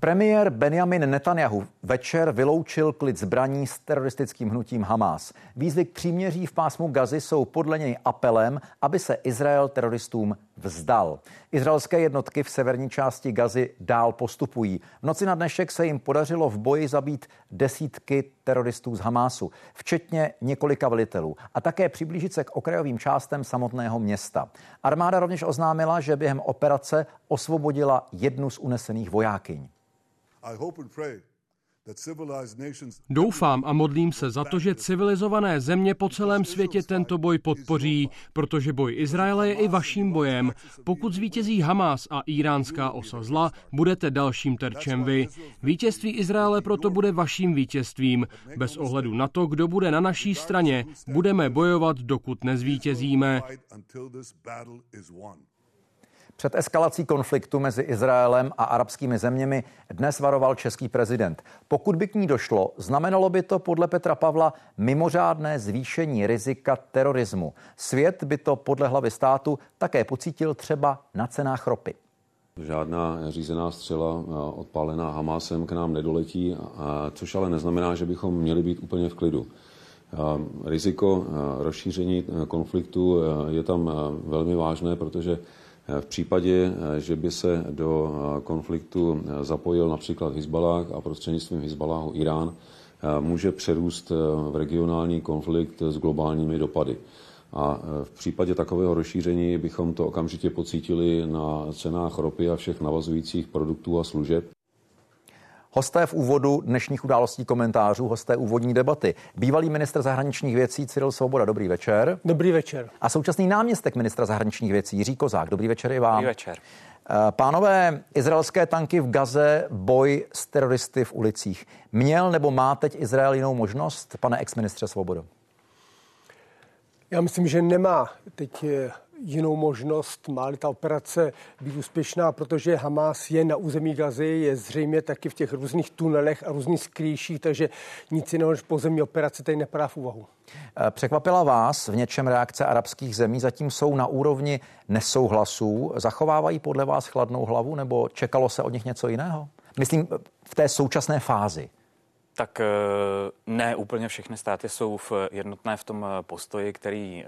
Premiér Benjamin Netanjahu večer vyloučil klid zbraní s teroristickým hnutím Hamás. Výzvy k příměří v pásmu Gazy jsou podle něj apelem, aby se Izrael teroristům vzdal. Izraelské jednotky v severní části Gazy dál postupují. V noci na dnešek se jim podařilo v boji zabít desítky teroristů z Hamásu, včetně několika velitelů, a také přiblížit se k okrajovým částem samotného města. Armáda rovněž oznámila, že během operace osvobodila jednu z unesených vojákyň. Doufám a modlím se za to, že civilizované země po celém světě tento boj podpoří, protože boj Izraele je i vaším bojem. Pokud zvítězí Hamás a íránská osa zla, budete dalším terčem vy. Vítězství Izraele proto bude vaším vítězstvím. Bez ohledu na to, kdo bude na naší straně, budeme bojovat, dokud nezvítězíme. Před eskalací konfliktu mezi Izraelem a arabskými zeměmi dnes varoval český prezident. Pokud by k ní došlo, znamenalo by to podle Petra Pavla mimořádné zvýšení rizika terorismu. Svět by to podle hlavy státu také pocítil třeba na cenách ropy. Žádná řízená střela odpálená Hamásem k nám nedoletí, což ale neznamená, že bychom měli být úplně v klidu. Riziko rozšíření konfliktu je tam velmi vážné, protože v případě, že by se do konfliktu zapojil například Hizballáh a prostřednictvím Hizballáhu Irán, může přerůst v regionální konflikt s globálními dopady. A v případě takového rozšíření bychom to okamžitě pocítili na cenách ropy a všech navazujících produktů a služeb. Hosté v úvodu dnešních událostí komentářů, hosté úvodní debaty. Bývalý ministr zahraničních věcí Cyril Svoboda, dobrý večer. Dobrý večer. A současný náměstek ministra zahraničních věcí Jiří Kozák, dobrý večer i vám. Dobrý večer. Pánové, izraelské tanky v Gaze, boj s teroristy v ulicích. Měl nebo má teď Izrael jinou možnost, pane exministře Svobodo? Já myslím, že nemá teď jinou možnost, má-li ta operace být úspěšná, protože Hamás je na území Gazy, je zřejmě taky v těch různých tunelech a různých skrýších, takže nic jiného než pozemní operace tady nepadá v úvahu. Překvapila vás v něčem reakce arabských zemí? Zatím jsou na úrovni nesouhlasů. Zachovávají podle vás chladnou hlavu nebo čekalo se od nich něco jiného? Myslím v té současné fázi. Tak ne úplně všechny státy jsou jednotné v tom postoji, který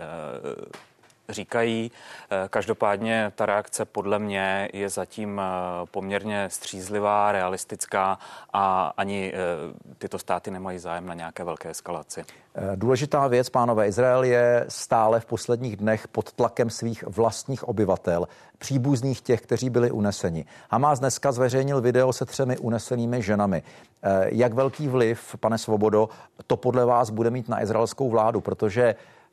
říkají. Každopádně ta reakce podle mě je zatím poměrně střízlivá, realistická a ani tyto státy nemají zájem na nějaké velké eskalaci. Důležitá věc, pánové, Izrael je stále v posledních dnech pod tlakem svých vlastních obyvatel, příbuzných těch, kteří byli uneseni. Hamás dneska zveřejnil video se 3 unesenými ženami. Jak velký vliv, pane Svobodo, to podle vás bude mít na izraelskou vládu, protože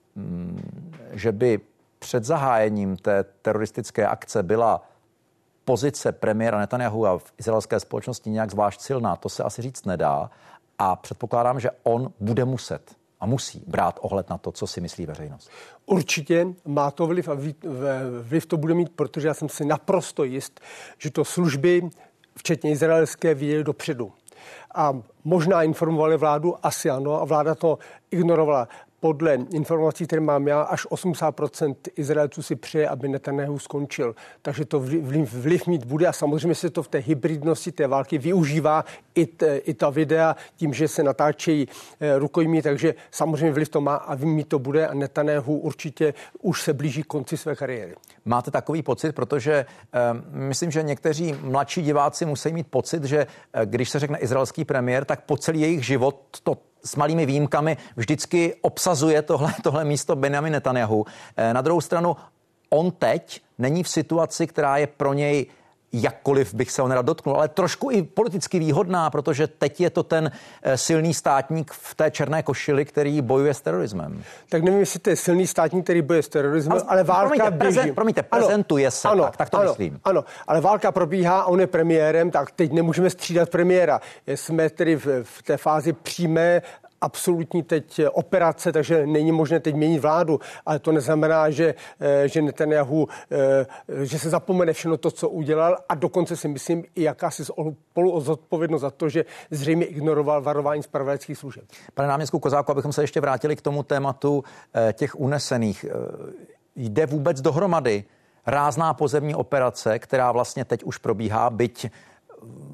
že by před zahájením té teroristické akce byla pozice premiéra Netanjahu a v izraelské společnosti nějak zvlášť silná, to se asi říct nedá a předpokládám, že on bude muset a musí brát ohled na to, co si myslí veřejnost. Určitě má to vliv a vliv to bude mít, protože já jsem si naprosto jist, že to služby, včetně izraelské, viděli dopředu. A možná informovali vládu, asi ano, a vláda to ignorovala. Podle informací, které mám já, až 80% Izraelců si přeje, aby Netanjahu skončil. Takže to vliv mít bude a samozřejmě se to v té hybridnosti té války využívá i ta videa tím, že se natáčejí rukojmí, takže samozřejmě vliv to má a mít to bude a Netanjahu určitě už se blíží konci své kariéry. Máte takový pocit, protože myslím, že někteří mladší diváci musí mít pocit, že když se řekne izraelský premiér, tak po celý jejich život to s malými výjimkami vždycky obsazuje tohle místo Benjamin Netanjahu. Na druhou stranu, on teď není v situaci, která je pro něj, jakkoliv bych se ho nerad dotknul, ale trošku i politicky výhodná, protože teď je to ten silný státník v té černé košili, který bojuje s terorismem. Tak nevím, jestli to je silný státník, který bojuje s terorismem, ale válka běží. Prezentuje se tak to myslím. Ano, ale válka probíhá a on je premiérem, tak teď nemůžeme střídat premiéra. Jsme tedy v té fázi přímé absolutní teď operace, takže není možné teď měnit vládu, ale to neznamená, že Netanjahu, že se zapomene všechno to, co udělal a dokonce si myslím i jakási spoluzodpovědnost za to, že zřejmě ignoroval varování zpravodajských služeb. Pane náměstku Kozáku, abychom se ještě vrátili k tomu tématu těch unesených. Jde vůbec dohromady rázná pozemní operace, která vlastně teď už probíhá, byť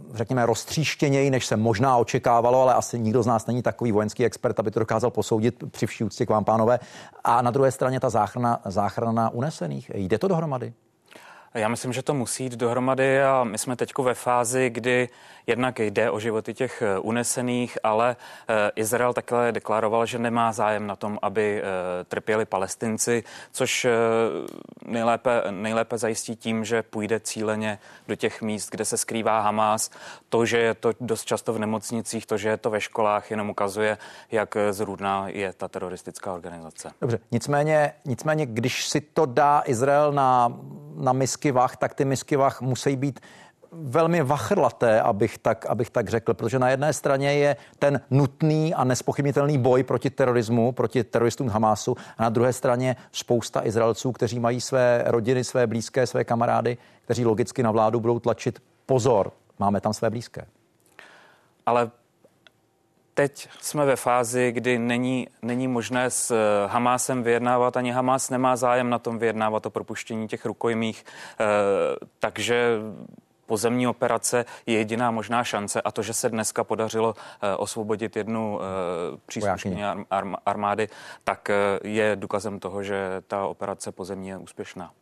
řekněme, roztříštěněji, než se možná očekávalo, ale asi nikdo z nás není takový vojenský expert, aby to dokázal posoudit, při vší úctě k vám, pánové. A na druhé straně ta záchrana unesených. Jde to dohromady? Já myslím, že to musí jít dohromady a my jsme teď ve fázi, kdy jednak jde o životy těch unesených, ale Izrael takhle deklaroval, že nemá zájem na tom, aby trpěli Palestinci, což nejlépe zajistí tím, že půjde cíleně do těch míst, kde se skrývá Hamás. To, že je to dost často v nemocnicích, to, že je to ve školách, jenom ukazuje, jak zrůdná je ta teroristická organizace. Dobře, nicméně, když si to dá Izrael na misky vah, tak ty misky vah musí být velmi vachrlaté, abych tak řekl, protože na jedné straně je ten nutný a nespochybnitelný boj proti terorismu, proti teroristům Hamásu, a na druhé straně spousta Izraelců, kteří mají své rodiny, své blízké, své kamarády, kteří logicky na vládu budou tlačit pozor, máme tam své blízké. Ale teď jsme ve fázi, kdy není možné s Hamásem vyjednávat, ani Hamás nemá zájem na tom vyjednávat o propuštění těch rukojmích, takže pozemní operace je jediná možná šance a to, že se dneska podařilo osvobodit jednu přísluškyni armády, tak je důkazem toho, že ta operace pozemní je úspěšná.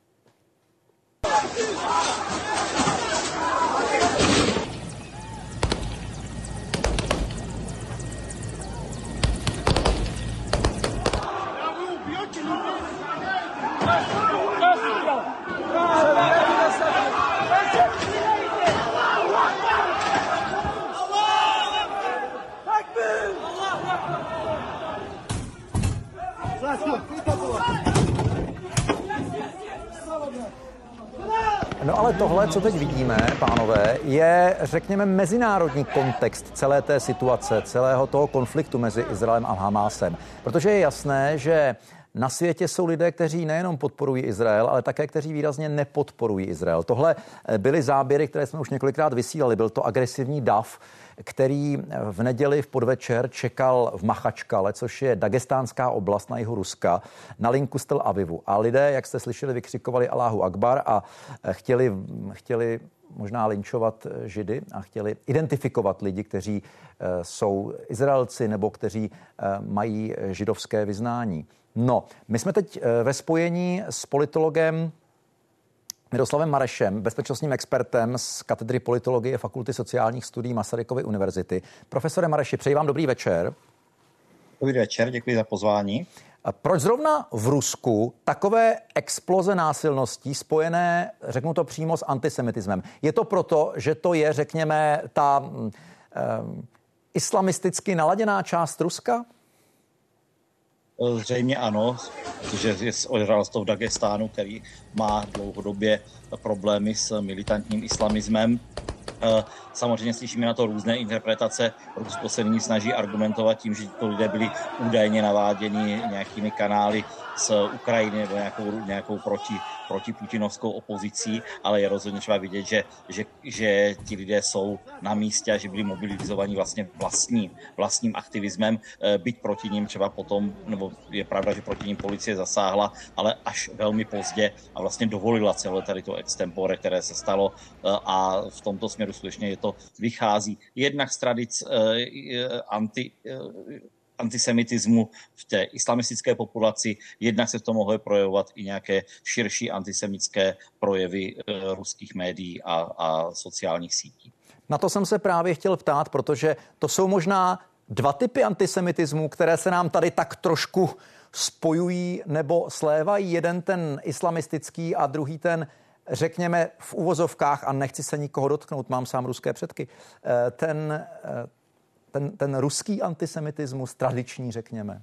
No ale tohle, co teď vidíme, pánové, je, řekněme, mezinárodní kontext celé té situace, celého toho konfliktu mezi Izraelem a Hamásem. Protože je jasné, že na světě jsou lidé, kteří nejenom podporují Izrael, ale také, kteří výrazně nepodporují Izrael. Tohle byly záběry, které jsme už několikrát vysílali. Byl to agresivní dav, který v neděli v podvečer čekal v Machačkale, což je dagestánská oblast na jihu Ruska, na linku z Tel Avivu. A lidé, jak jste slyšeli, vykřikovali Allahu Akbar a chtěli možná linčovat Židy a chtěli identifikovat lidi, kteří jsou Izraelci nebo kteří mají židovské vyznání. No, my jsme teď ve spojení s politologem Miroslavem Marešem, bezpečnostním expertem z katedry politologie Fakulty sociálních studií Masarykovy univerzity. Profesore Mareši, přeji vám dobrý večer. Dobrý večer, děkuji za pozvání. A proč zrovna v Rusku takové exploze násilností spojené, řeknu to přímo, s antisemitismem? Je to proto, že to je, řekněme, ta islamisticky naladěná část Ruska? Zřejmě ano, protože je odehrálo to v Dagestánu, který má dlouhodobě problémy s militantním islamismem. Samozřejmě slyšíme na to různé interpretace. Rusko se nyní snaží argumentovat tím, že to lidé byli údajně naváděni nějakými kanály z Ukrajiny nebo nějakou protiputinovskou opozicí, ale je rozhodně třeba vidět, že ti lidé jsou na místě a že byli mobilizovaní vlastně vlastním aktivismem, byť proti ním třeba potom, nebo je pravda, že proti ním policie zasáhla, ale až velmi pozdě a vlastně dovolila celé tady to extempore, které se stalo, a v tomto směru skutečně je to vychází jednak z tradic antisemitismu v té islamistické populaci, jednak se to mohlo projevovat i nějaké širší antisemitské projevy ruských médií a sociálních sítí. Na to jsem se právě chtěl ptát, protože to jsou možná dva typy antisemitismu, které se nám tady tak trošku spojují nebo slévají. Jeden ten islamistický a druhý ten, řekněme, v uvozovkách, a nechci se nikoho dotknout, mám sám ruské předky, ten ruský antisemitismus, tradiční, řekněme.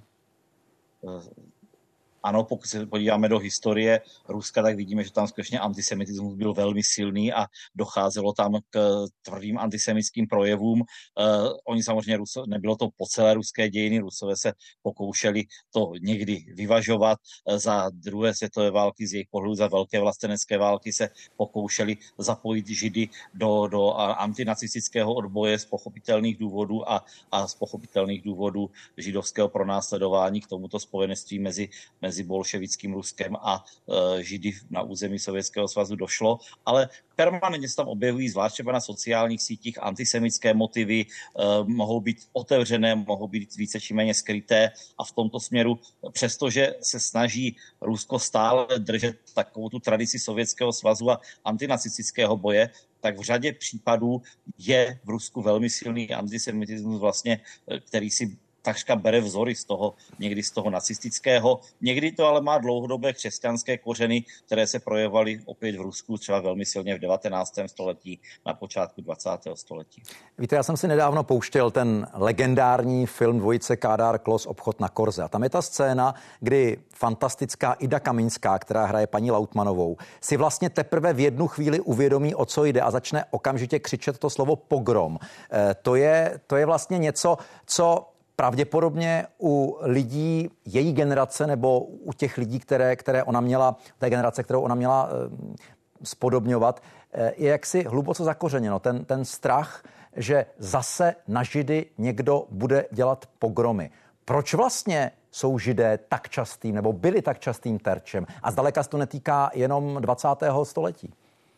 Ano, pokud se podíváme do historie Ruska, tak vidíme, že tam skutečně antisemitismus byl velmi silný a docházelo tam k tvrdým antisemitským projevům. Oni samozřejmě, nebylo to po celé ruské dějiny, Rusové se pokoušeli to někdy vyvažovat. Za druhé světové války, z jejich pohledu za velké vlastenecké války, se pokoušeli zapojit Židy do antinacistického odboje z pochopitelných důvodů a z pochopitelných důvodů židovského pronásledování k tomuto spojenectví mezi mezi bolševickým Ruskem a Židy na území Sovětského svazu došlo, ale permanentně se tam objevují, zvlášť třeba na sociálních sítích, antisemické motivy, mohou být otevřené, mohou být více či méně skryté a v tomto směru, přestože se snaží Rusko stále držet takovou tu tradici Sovětského svazu a antinacistického boje, tak v řadě případů je v Rusku velmi silný antisemitismus vlastně, který si takřka bere vzory někdy z toho nacistického. Někdy to ale má dlouhodobé křesťanské kořeny, které se projevovaly opět v Rusku třeba velmi silně v 19. století, na počátku 20. století. Víte, já jsem si nedávno pouštěl ten legendární film dvojice Kádár-Klos Obchod na Korze. A tam je ta scéna, kdy fantastická Ida Kaminská, která hraje paní Lautmanovou, si vlastně teprve v jednu chvíli uvědomí, o co jde a začne okamžitě křičet to slovo pogrom. To je vlastně něco, co pravděpodobně u lidí její generace nebo u těch lidí, které ona měla, té generace, kterou ona měla spodobňovat, je jaksi hluboce zakořeněno. Ten strach, že zase na Židy někdo bude dělat pogromy. Proč vlastně jsou Židé tak častým nebo byli tak častým terčem? A zdaleka se to netýká jenom 20. století.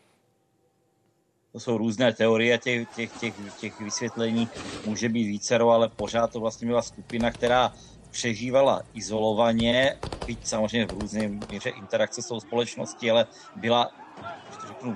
To jsou různé teorie, těch vysvětlení může být vícero, ale pořád to vlastně byla skupina, která přežívala izolovaně, byť samozřejmě v různé míře interakce s tou společností, ale byla, řeknu,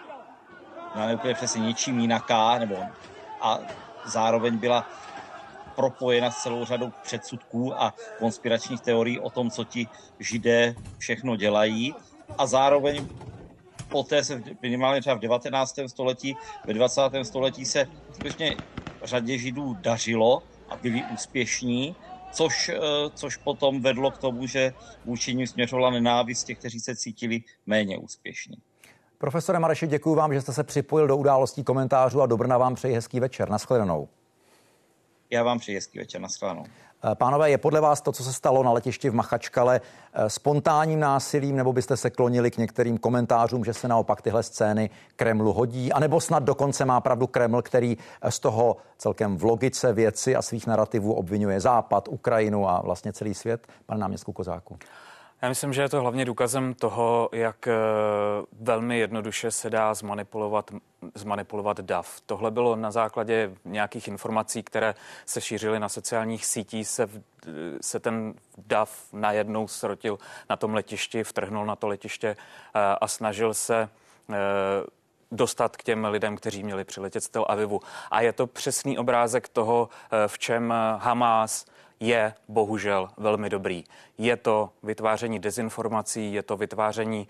úplně přesně něčím jinaká, a zároveň byla propojena s celou řadou předsudků a konspiračních teorií o tom, co ti Židé všechno dělají, a zároveň poté se minimálně třeba v 19. století, ve 20. století se skutečně řadě Židů dařilo a byli úspěšní, což potom vedlo k tomu, že vůči nim směřovala nenávist těch, kteří se cítili méně úspěšní. Profesore Mareši, děkuji vám, že jste se připojil do Událostí komentářů a do Brna vám přeji hezký večer. Naschledanou. Já vám přeji hezký večer. Naschledanou. Pánové, je podle vás to, co se stalo na letišti v Machačkale, spontánním násilím, nebo byste se klonili k některým komentářům, že se naopak tyhle scény Kremlu hodí, anebo snad dokonce má pravdu Kreml, který z toho celkem v logice věci a svých narrativů obvinuje Západ, Ukrajinu a vlastně celý svět? Pane náměstku Kozáku. Já myslím, že je to hlavně toho, jak velmi jednoduše se dá zmanipulovat dav. Tohle bylo na základě nějakých informací, které se šířily na sociálních sítích, se ten dav najednou srotil na tom letišti, vtrhnul na to letiště a snažil se dostat k těm lidem, kteří měli přiletět z Tel Avivu. A je to přesný obrázek toho, v čem Hamás je bohužel velmi dobrý. Je to vytváření dezinformací, je to vytváření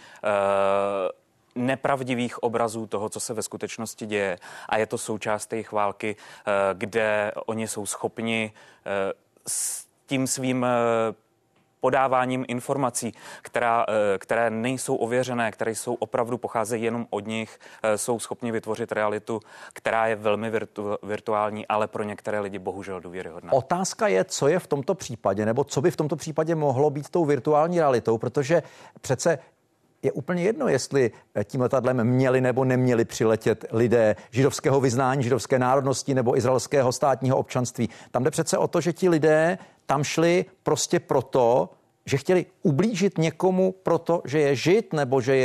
nepravdivých obrazů toho, co se ve skutečnosti děje. A je to součást jejich války, kde oni jsou schopni s tím svým podáváním informací, které nejsou ověřené, které jsou opravdu pocházejí jenom od nich, jsou schopni vytvořit realitu, která je velmi virtuální, ale pro některé lidi bohužel důvěryhodná. Otázka je, co je v tomto případě, nebo co by v tomto případě mohlo být tou virtuální realitou, protože přece je úplně jedno, jestli tím letadlem měli nebo neměli přiletět lidé židovského vyznání, židovské národnosti nebo izraelského státního občanství. Tam jde přece o to, že ti lidé tam šli prostě proto, že chtěli ublížit někomu proto, že je žid nebo že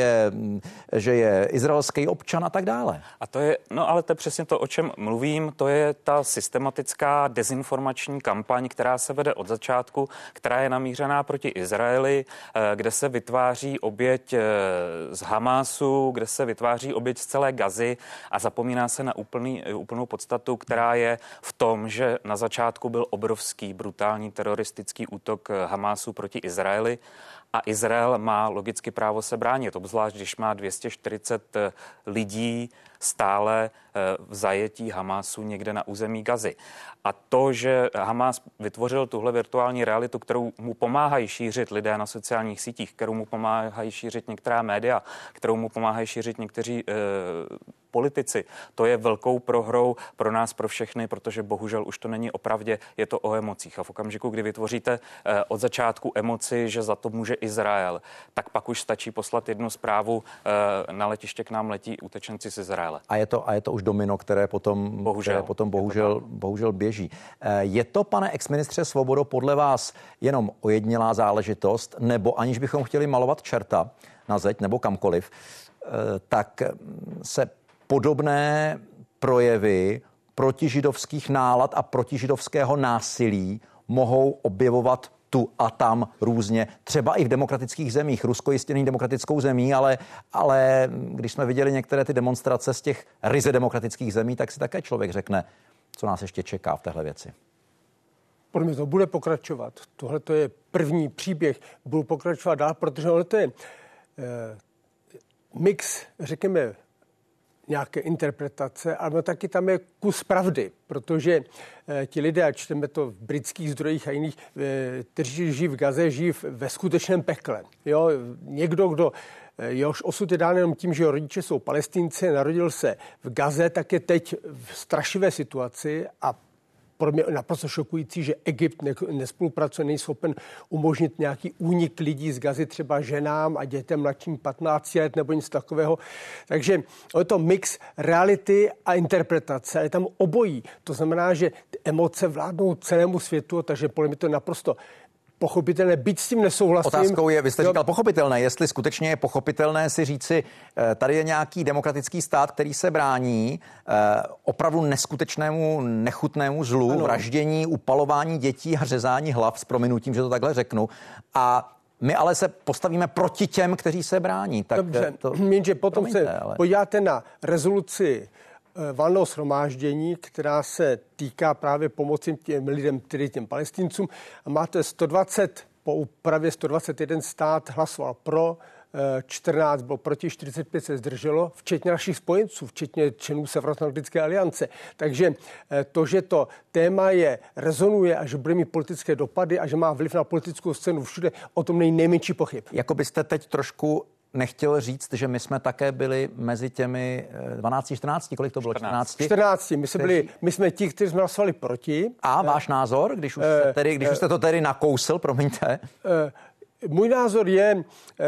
je izraelský občan a tak dále. A to je, ale to je přesně to, o čem mluvím, to je ta systematická dezinformační kampaň, která se vede od začátku, která je namířená proti Izraeli, kde se vytváří oběť z Hamásu, kde se vytváří oběť z celé Gazy a zapomíná se na úplnou podstatu, která je v tom, že na začátku byl obrovský brutální teroristický útok Hamásu proti Izraeli a Izrael má logicky právo se bránit, obzvlášť když má 240 lidí stále v zajetí Hamásu někde na území Gazy. A to, že Hamás vytvořil tuhle virtuální realitu, kterou mu pomáhají šířit lidé na sociálních sítích, kterou mu pomáhají šířit některá média, kterou mu pomáhají šířit někteří politici. To je velkou prohrou pro nás, pro všechny, protože bohužel už to není o pravdě, je to o emocích. A v okamžiku, kdy vytvoříte od začátku emoci, že za to může Izrael, tak pak už stačí poslat jednu zprávu, na letiště k nám letí utečenci z Izraele. A je to už domino, které potom bohužel běží. Je to, pane exministře Svobodo, podle vás jenom ojedinělá záležitost, nebo aniž bychom chtěli malovat čerta na zeď nebo kamkoliv, tak se podobné projevy protižidovských nálad a protižidovského násilí mohou objevovat tu a tam různě, třeba i v demokratických zemích. Rusko jistě není demokratickou zemí, ale když jsme viděli některé ty demonstrace z těch ryze demokratických zemí, tak si také člověk řekne, co nás ještě čeká v téhle věci. Podle mě to bude pokračovat. Tohle to je první příběh. Budu pokračovat dál, protože to je mix, řekněme, nějaké interpretace, ale taky tam je kus pravdy, protože ti lidé, a čteme to v britských zdrojích a jiných, kteří žijí v Gaze, žijí ve skutečném pekle. Jo? Někdo, kdo jehož osud je dán jenom tím, že jeho rodiče jsou Palestinci, narodil se v Gaze, tak je teď v strašivé situaci a pro mě naprosto šokující, že Egypt nespolupracuje, není schopen umožnit nějaký únik lidí z Gazy, třeba ženám a dětem mladším 15 let nebo něco takového. Takže je to mix reality a interpretace. Je tam obojí. To znamená, že emoce vládnou celému světu, takže podle mě to je naprosto pochopitelné, byť s tím nesouhlasím. Otázkou je, vy jste říkal pochopitelné, jestli skutečně je pochopitelné si říci, tady je nějaký demokratický stát, který se brání opravdu neskutečnému, nechutnému zlu, ano, vraždění, upalování dětí a řezání hlav, s prominutím, že to takhle řeknu. A my ale se postavíme proti těm, kteří se brání. Tak dobře, jenže potom se podíváte na rezoluci valného shromáždění, která se týká právě pomoci těm lidem, tedy těm Palestincům. A máte 120, po úpravě 121 stát hlasoval pro, 14 bylo proti, 45 se zdrželo, včetně našich spojenců, včetně členů Severoatlantické aliance. Takže to, že to téma rezonuje a že bude mít politické dopady a že má vliv na politickou scénu všude, o tom není nejmenší pochyb. Jako byste teď trošku nechtěl říct, že my jsme také byli mezi těmi 12, 14, kolik to bylo? 14. My jsme ti, kteří jsme hlasovali proti. A váš názor, když už jste to tedy nakousl, promiňte? Můj názor je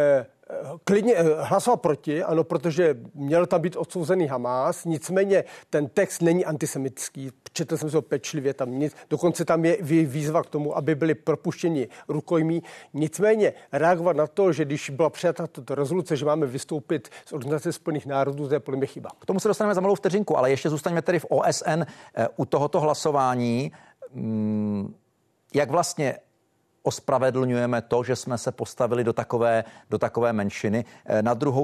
klidně hlasoval proti, ano, protože měl tam být odsouzený Hamás, nicméně ten text není antisemitský, četl jsem se ho pečlivě, tam nic, dokonce tam je výzva k tomu, aby byli propuštěni rukojmí, nicméně reagovat na to, že když byla přijata tato rezoluce, že máme vystoupit z Organizace spojených národů, to je podle mě chyba. K tomu se dostaneme za malou vteřinku, ale ještě zůstaňme tedy v OSN u tohoto hlasování. Jak vlastně ospravedlňujeme to, že jsme se postavili do takové menšiny. Na druhou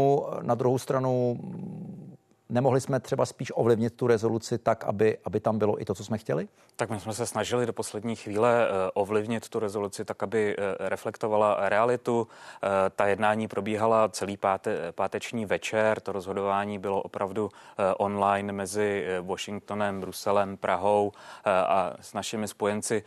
stranu nemohli jsme třeba spíš ovlivnit tu rezoluci tak, aby tam bylo i to, co jsme chtěli? Tak my jsme se snažili do poslední chvíle ovlivnit tu rezoluci tak, aby reflektovala realitu. Ta jednání probíhala celý páteční večer. To rozhodování bylo opravdu online mezi Washingtonem, Bruselem, Prahou a s našimi spojenci.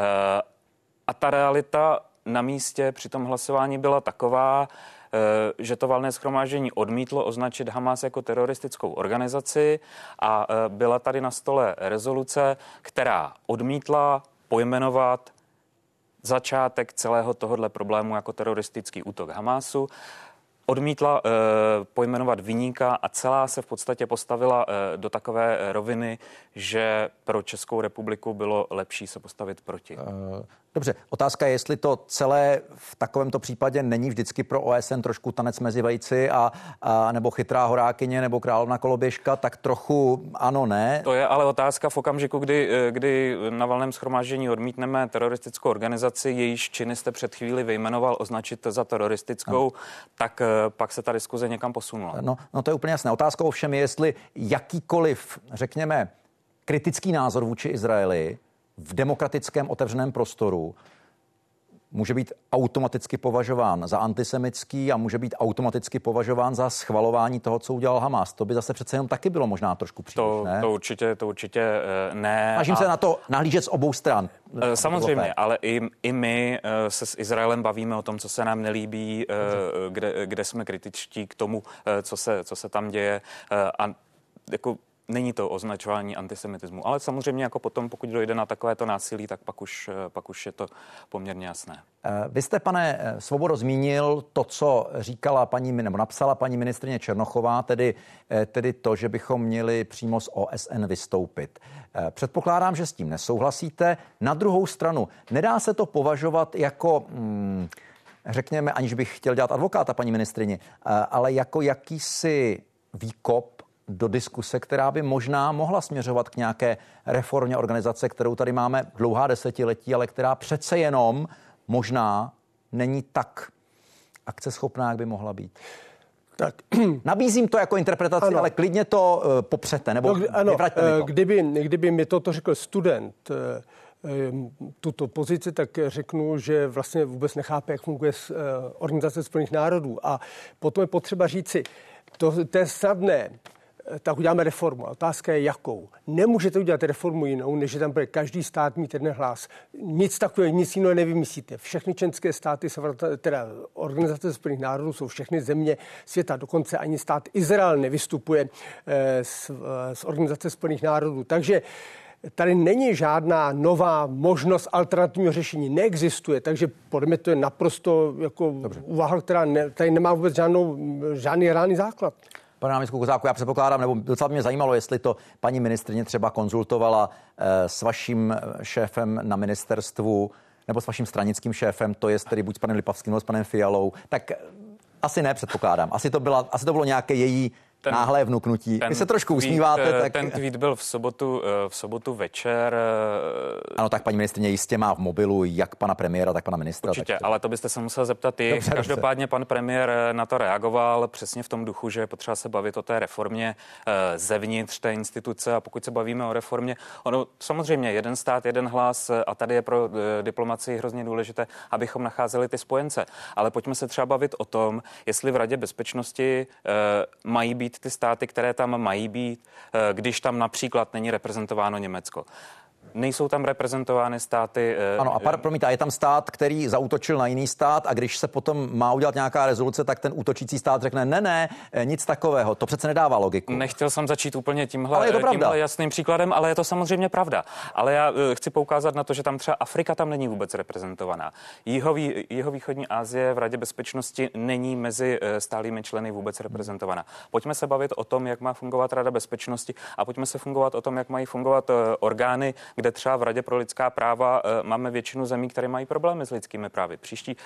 A ta realita na místě při tom hlasování byla taková, že to valné shromáždění odmítlo označit Hamas jako teroristickou organizaci a byla tady na stole rezoluce, která odmítla pojmenovat začátek celého tohohle problému jako teroristický útok Hamasu. Odmítla pojmenovat viníka a celá se v podstatě postavila do takové roviny, že pro Českou republiku bylo lepší se postavit proti. Dobře, otázka je, jestli to celé v takovémto případě není vždycky pro OSN trošku tanec mezi vejci a nebo chytrá horákyně nebo královna koloběžka, tak trochu ano, ne. To je ale otázka v okamžiku, kdy na valném shromáždění odmítneme teroristickou organizaci, jejíž činy jste před chvíli vyjmenoval, označit za teroristickou, tak pak se ta diskuze někam posunula. No to je úplně jasné. Otázka ovšem je, jestli jakýkoliv, řekněme, kritický názor vůči Izraeli v demokratickém otevřeném prostoru může být automaticky považován za antisemitský a může být automaticky považován za schvalování toho, co udělal Hamas. To by zase přece jenom taky bylo možná trošku příliš, ne? To určitě ne. Snažím se na to nahlížet z obou stran. Samozřejmě, ale i my se s Izraelem bavíme o tom, co se nám nelíbí, kde jsme kritičtí k tomu, co se tam děje, a jako není to označování antisemitismu, ale samozřejmě jako potom, pokud dojde na takovéto násilí, tak pak už je to poměrně jasné. Vy jste, pane Svobodo, zmínil to, co říkala nebo napsala paní ministryně Černochová, tedy to, že bychom měli přímo z OSN vystoupit. Předpokládám, že s tím nesouhlasíte. Na druhou stranu, nedá se to považovat jako, řekněme, aniž bych chtěl dělat advokáta paní ministrině, ale jako jakýsi výkop do diskuse, která by možná mohla směřovat k nějaké reformě organizace, kterou tady máme dlouhá desetiletí, ale která přece jenom možná není tak akceschopná, jak by mohla být. Tak. Nabízím to jako interpretaci, ano. Ale klidně to popřete, nebo vyvraťte mi to. Kdyby mi toto řekl student, tuto pozici, tak řeknu, že vlastně vůbec nechápe, jak funguje Organizace spojených národů. A potom je potřeba říci, to je snadné, tak uděláme reformu. Otázka je, jakou. Nemůžete udělat reformu jinou, než že tam bude každý stát mít jeden hlas. Nic takového, nic jiného nevymyslíte. Všechny členské státy, teda Organizace spojených národů, jsou všechny země světa. Dokonce ani stát Izrael nevystupuje z Organizace spojených národů. Takže tady není žádná nová možnost alternativního řešení. Neexistuje, takže podle mě to je naprosto jako úvaha, která tady nemá vůbec žádný reálný základ. Pane náměstku Kozáku, já předpokládám, nebo docela mě zajímalo, jestli to paní ministryně třeba konzultovala s vaším šéfem na ministerstvu nebo s vaším stranickým šéfem, to je tedy buď s panem Lipavským nebo s panem Fialou, tak asi ne, předpokládám. Asi to bylo nějaké její náhlé vnuknutí. Vy se trošku usmíváte. Tak... Ten tweet byl v sobotu večer. Ano, tak paní ministryně jistě má v mobilu jak pana premiéra, tak pana ministra. Určitě, ale to byste se musel zeptat i. Každopádně pan premiér na to reagoval přesně v tom duchu, že je potřeba se bavit o té reformě zevnitř té instituce, a pokud se bavíme o reformě, ono samozřejmě jeden stát, jeden hlas, a tady je pro diplomacii hrozně důležité, abychom nacházeli ty spojence. Ale pojďme se třeba bavit o tom, jestli v Radě bezpečnosti mají být ty státy, které tam mají být, když tam například není reprezentováno Německo. Nejsou tam reprezentovány státy. Ano, a promiňte, je tam stát, který zaútočil na jiný stát, a když se potom má udělat nějaká rezoluce, tak ten útočící stát řekne ne, nic takového. To přece nedává logiku. Nechtěl jsem začít úplně tímhle jasným příkladem, ale je to samozřejmě pravda. Ale já chci poukázat na to, že tam třeba Afrika tam není vůbec reprezentovaná. Jihovýchodní Asie v Radě bezpečnosti není mezi stálými členy vůbec reprezentovaná. Pojďme se bavit o tom, jak má fungovat Rada bezpečnosti, a pojďme se fungovat o tom, jak mají fungovat orgány, kde třeba v Radě pro lidská práva máme většinu zemí, které mají problémy s lidskými právy. Příští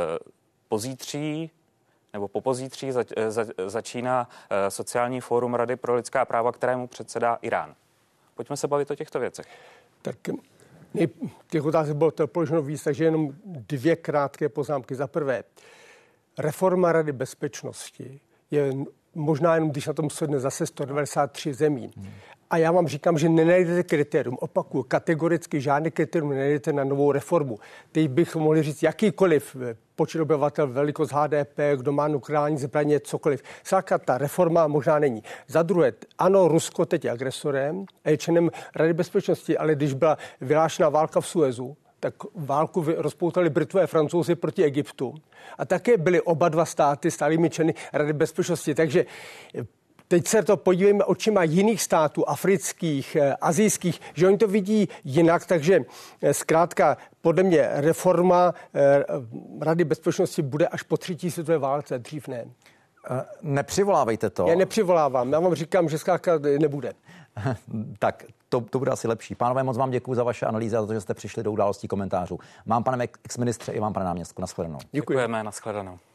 pozítří nebo po pozítří začíná sociální fórum Rady pro lidská práva, kterému předsedá Irán. Pojďme se bavit o těchto věcech. Tak těch otázek bylo to položeno víc, takže jenom 2 krátké poznámky. Za prvé, reforma Rady bezpečnosti je možná jenom, když na tom sedne zase 193 zemí. A já vám říkám, že nenajdete kritérium. Opakuju, kategoricky žádné kritérium nenajdete na novou reformu. Teď bych mohli říct jakýkoliv počet obyvatel, velikost HDP, kdo má nukleární zbraně, cokoliv. Zkrátka ta reforma možná není. Za druhé, ano, Rusko teď je agresorem a je členem Rady bezpečnosti, ale když byla vyhlášena válka v Suezu, tak válku rozpoutali Britové a Francouzi proti Egyptu. A také byly oba dva státy stálými členy Rady bezpečnosti. Takže teď se to podívejme očima jiných států, afrických, asijských, že oni to vidí jinak, takže zkrátka podle mě reforma Rady bezpečnosti bude až po 3. světové válce, dřív ne. Nepřivolávejte to. Já nepřivolávám, já vám říkám, že zkrátka nebude. Tak to bude asi lepší. Pánové, moc vám děkuji za vaše analýzy a za to, že jste přišli do Událostí komentářů. Mám, pane exministře, i vám, pane náměstku. Naschledanou. Děkujeme, naschledanou.